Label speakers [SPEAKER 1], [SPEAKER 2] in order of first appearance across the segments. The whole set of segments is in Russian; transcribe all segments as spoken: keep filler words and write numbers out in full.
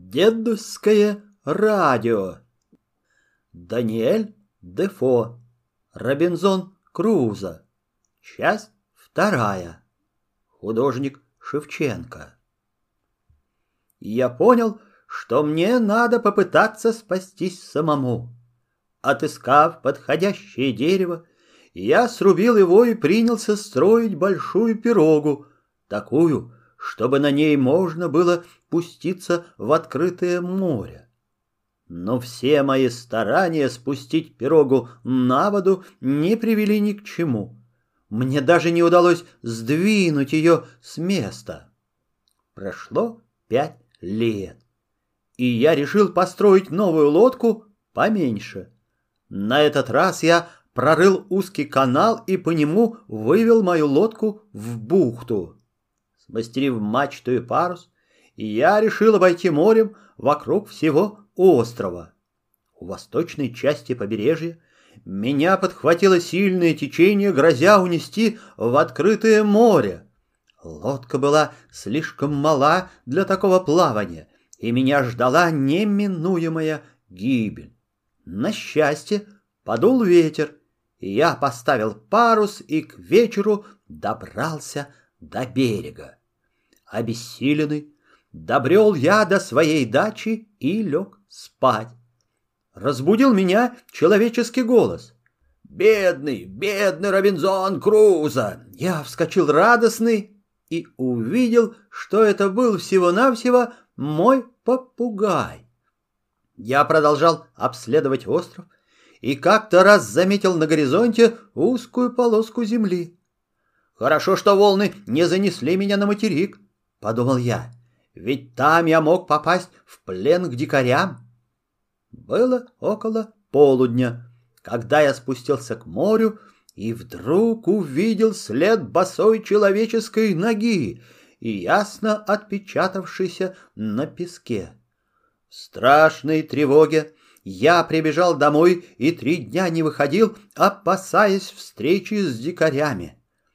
[SPEAKER 1] Дедовское радио. Даниэль Дефо. Робинзон Крузо. Часть вторая. Художник Шевченко. Я понял, что мне надо попытаться спастись самому. Отыскав подходящее дерево, я срубил его и принялся строить большую пирогу, такую, чтобы на ней можно было пуститься в открытое море. Но все мои старания спустить пирогу на воду не привели ни к чему. Мне даже не удалось сдвинуть ее с места. Прошло пять лет, и я решил построить новую лодку поменьше. На этот раз я прорыл узкий канал и по нему вывел мою лодку в бухту. Смастерив мачту и парус, я решил обойти морем вокруг всего острова. У восточной части побережья меня подхватило сильное течение, грозя унести в открытое море. Лодка была слишком мала для такого плавания, и меня ждала неминуемая гибель. На счастье подул ветер, и я поставил парус и к вечеру добрался до берега. Обессиленный, добрел я до своей дачи и лег спать. Разбудил меня человеческий голос. «Бедный, бедный Робинзон Крузо!» Я вскочил радостный и увидел, что это был всего-навсего мой попугай. Я продолжал обследовать остров и как-то раз заметил на горизонте узкую полоску земли. «Хорошо, что волны не занесли меня на материк», — подумал я, — «ведь там я мог попасть в плен к дикарям». Было около полудня, когда я спустился к морю и вдруг увидел след босой человеческой ноги и ясно отпечатавшийся на песке. В страшной тревоге я прибежал домой и три дня не выходил, опасаясь встречи с дикарями.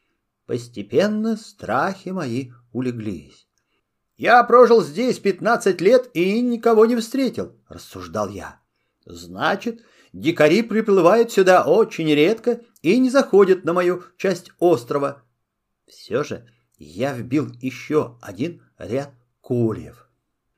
[SPEAKER 1] Постепенно страхи мои улеглись. «Я прожил здесь пятнадцать лет и никого не встретил», — рассуждал я. «Значит, дикари приплывают сюда очень редко и не заходят на мою часть острова». Все же я вбил еще один ряд кольев.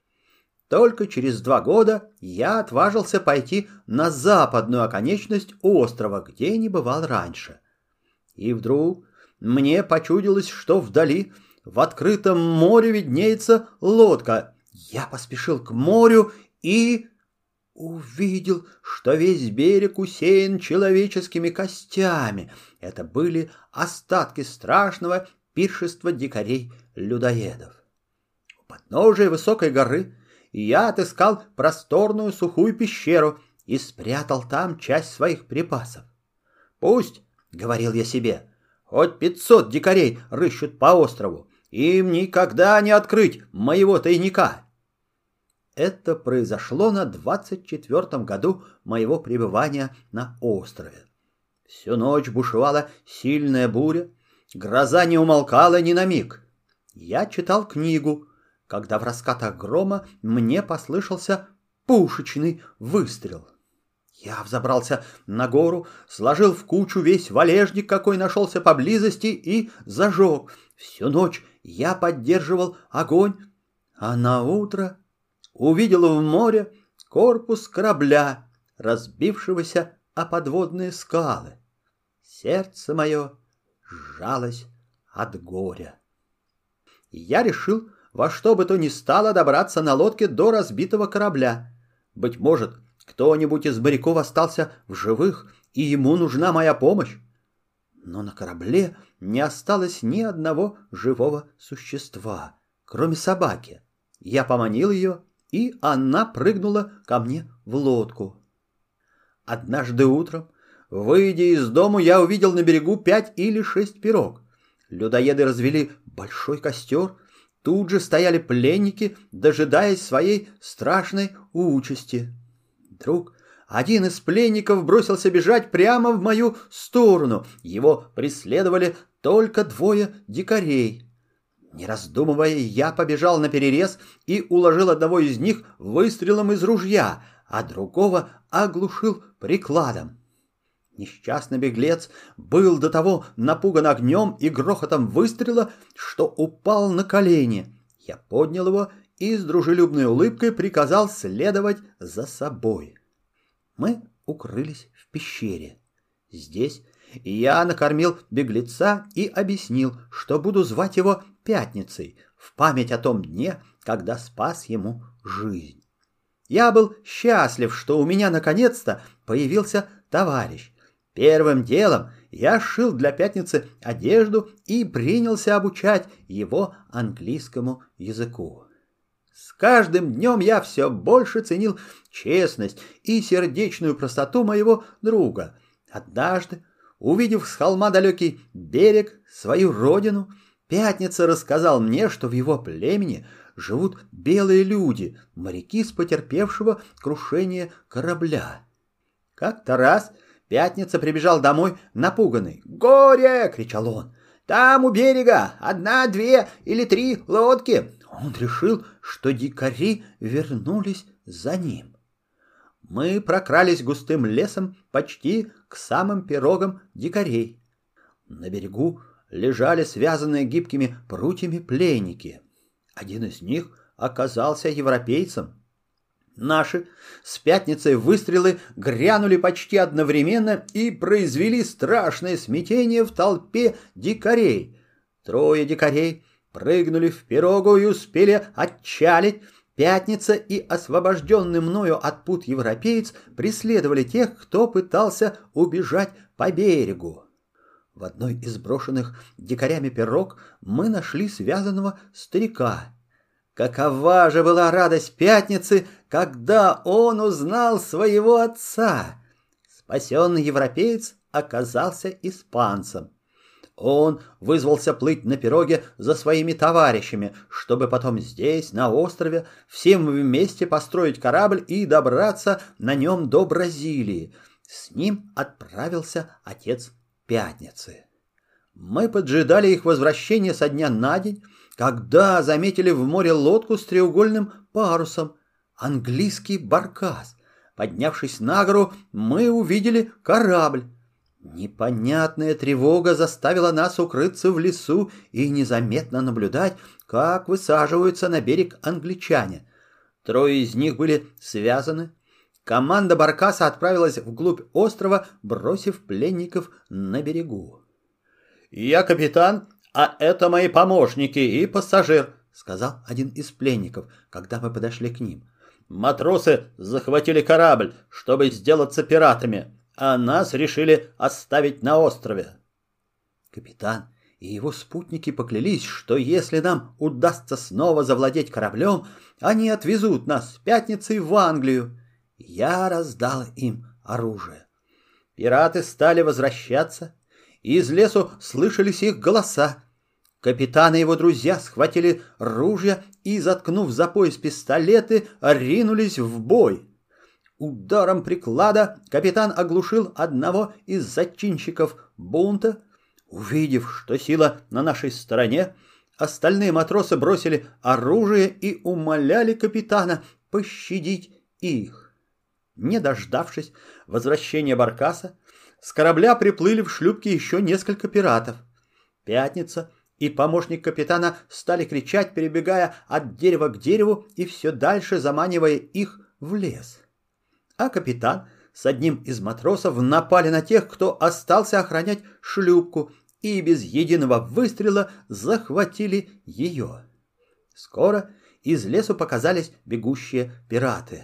[SPEAKER 1] Только через два года я отважился пойти на западную оконечность острова, где не бывал раньше. И вдруг мне почудилось, что вдали в открытом море виднеется лодка. Я поспешил к морю и увидел, что весь берег усеян человеческими костями. Это были остатки страшного пиршества дикарей-людоедов. У подножия высокой горы я отыскал просторную сухую пещеру и спрятал там часть своих припасов. «Пусть, — говорил я себе, — хоть пятьсот дикарей рыщут по острову, им никогда не открыть моего тайника». Это произошло на двадцать четвертом году моего пребывания на острове. Всю ночь бушевала сильная буря, гроза не умолкала ни на миг. Я читал книгу, когда в раскатах грома мне послышался пушечный выстрел. Я взобрался на гору, сложил в кучу весь валежник, какой нашелся поблизости, и зажег. Всю ночь я поддерживал огонь, а на утро увидел в море корпус корабля, разбившегося о подводные скалы. Сердце мое сжалось от горя. Я решил во что бы то ни стало добраться на лодке до разбитого корабля. Быть может, кто-нибудь из моряков остался в живых, и ему нужна моя помощь. Но на корабле не осталось ни одного живого существа, кроме собаки. Я поманил ее, и она прыгнула ко мне в лодку. Однажды утром, выйдя из дому, я увидел на берегу пять или шесть пирог. Людоеды развели большой костер. Тут же стояли пленники, дожидаясь своей страшной участи. Вдруг один из пленников бросился бежать прямо в мою сторону. Его преследовали только двое дикарей. Не раздумывая, я побежал на перерез и уложил одного из них выстрелом из ружья, а другого оглушил прикладом. Несчастный беглец был до того напуган огнем и грохотом выстрела, что упал на колени. Я поднял его и с дружелюбной улыбкой приказал следовать за собой. Мы укрылись в пещере. Здесь я накормил беглеца и объяснил, что буду звать его Пятницей в память о том дне, когда спас ему жизнь. Я был счастлив, что у меня наконец-то появился товарищ. Первым делом я сшил для Пятницы одежду и принялся обучать его английскому языку. С каждым днем я все больше ценил честность и сердечную простоту моего друга. Однажды, увидев с холма далекий берег, свою родину, Пятница рассказал мне, что в его племени живут белые люди, моряки с потерпевшего крушение корабля. Как-то раз Пятница прибежал домой напуганный. «Горе!» — кричал он. «Там у берега одна, две или три лодки!» Он решил, что дикари вернулись за ним. Мы прокрались густым лесом почти к самым пирогам дикарей. На берегу лежали связанные гибкими прутьями пленники. Один из них оказался европейцем. Наши с Пятницей выстрелы грянули почти одновременно и произвели страшное смятение в толпе дикарей. Трое дикарей прыгнули в пирогу и успели отчалить. Пятница и освобожденный мною от пут европеец преследовали тех, кто пытался убежать по берегу. В одной из брошенных дикарями пирог мы нашли связанного старика. Какова же была радость Пятницы, когда он узнал своего отца! Спасенный европеец оказался испанцем. Он вызвался плыть на пироге за своими товарищами, чтобы потом здесь, на острове, всем вместе построить корабль и добраться на нем до Бразилии. С ним отправился отец Пятницы. Мы поджидали их возвращения со дня на день, когда заметили в море лодку с треугольным парусом, английский баркас. Поднявшись на гору, мы увидели корабль. Непонятная тревога заставила нас укрыться в лесу и незаметно наблюдать, как высаживаются на берег англичане. Трое из них были связаны. Команда баркаса отправилась вглубь острова, бросив пленников на берегу. «Я капитан, а это мои помощники и пассажир», — сказал один из пленников, когда мы подошли к ним. «Матросы захватили корабль, чтобы сделаться пиратами, а нас решили оставить на острове». Капитан и его спутники поклялись, что если нам удастся снова завладеть кораблем, они отвезут нас с Пятницей в Англию. Я раздал им оружие. Пираты стали возвращаться, и из лесу слышались их голоса. Капитан и его друзья схватили ружья и, заткнув за пояс пистолеты, ринулись в бой. Ударом приклада капитан оглушил одного из зачинщиков бунта. Увидев, что сила на нашей стороне, остальные матросы бросили оружие и умоляли капитана пощадить их. Не дождавшись возвращения баркаса, с корабля приплыли в шлюпке еще несколько пиратов. Пятница и помощник капитана стали кричать, перебегая от дерева к дереву и все дальше заманивая их в лес. А капитан с одним из матросов напали на тех, кто остался охранять шлюпку, и без единого выстрела захватили ее. Скоро из лесу показались бегущие пираты.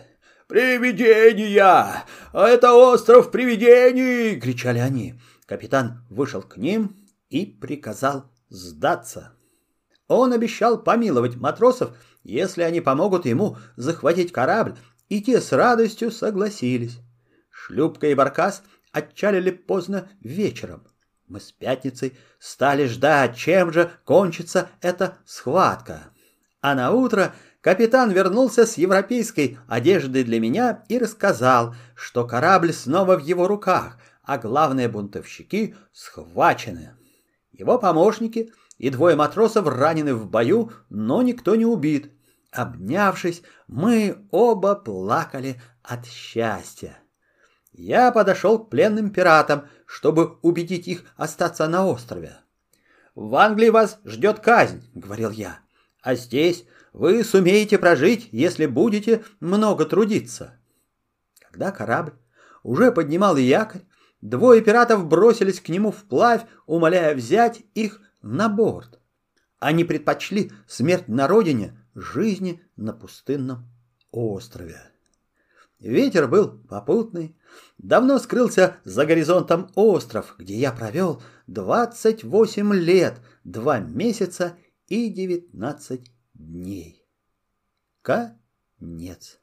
[SPEAKER 1] «Привидения! Это остров привидений!» — кричали они. Капитан вышел к ним и приказал сдаться. Он обещал помиловать матросов, если они помогут ему захватить корабль, и те с радостью согласились. Шлюпка и баркас отчалили поздно вечером. Мы с Пятницей стали ждать, чем же кончится эта схватка. А на утро капитан вернулся с европейской одеждой для меня и рассказал, что корабль снова в его руках, а главные бунтовщики схвачены. Его помощники и двое матросов ранены в бою, но никто не убит. Обнявшись, мы оба плакали от счастья. Я подошел к пленным пиратам, чтобы убедить их остаться на острове. «В Англии вас ждет казнь», — говорил я, — «а здесь вы сумеете прожить, если будете много трудиться». Когда корабль уже поднимал якорь, двое пиратов бросились к нему вплавь, умоляя взять их на борт. Они предпочли смерть на родине жизни на пустынном острове. Ветер был попутный. Давно скрылся за горизонтом остров, где я провел двадцать восемь лет, два месяца и девятнадцать дней. Конец.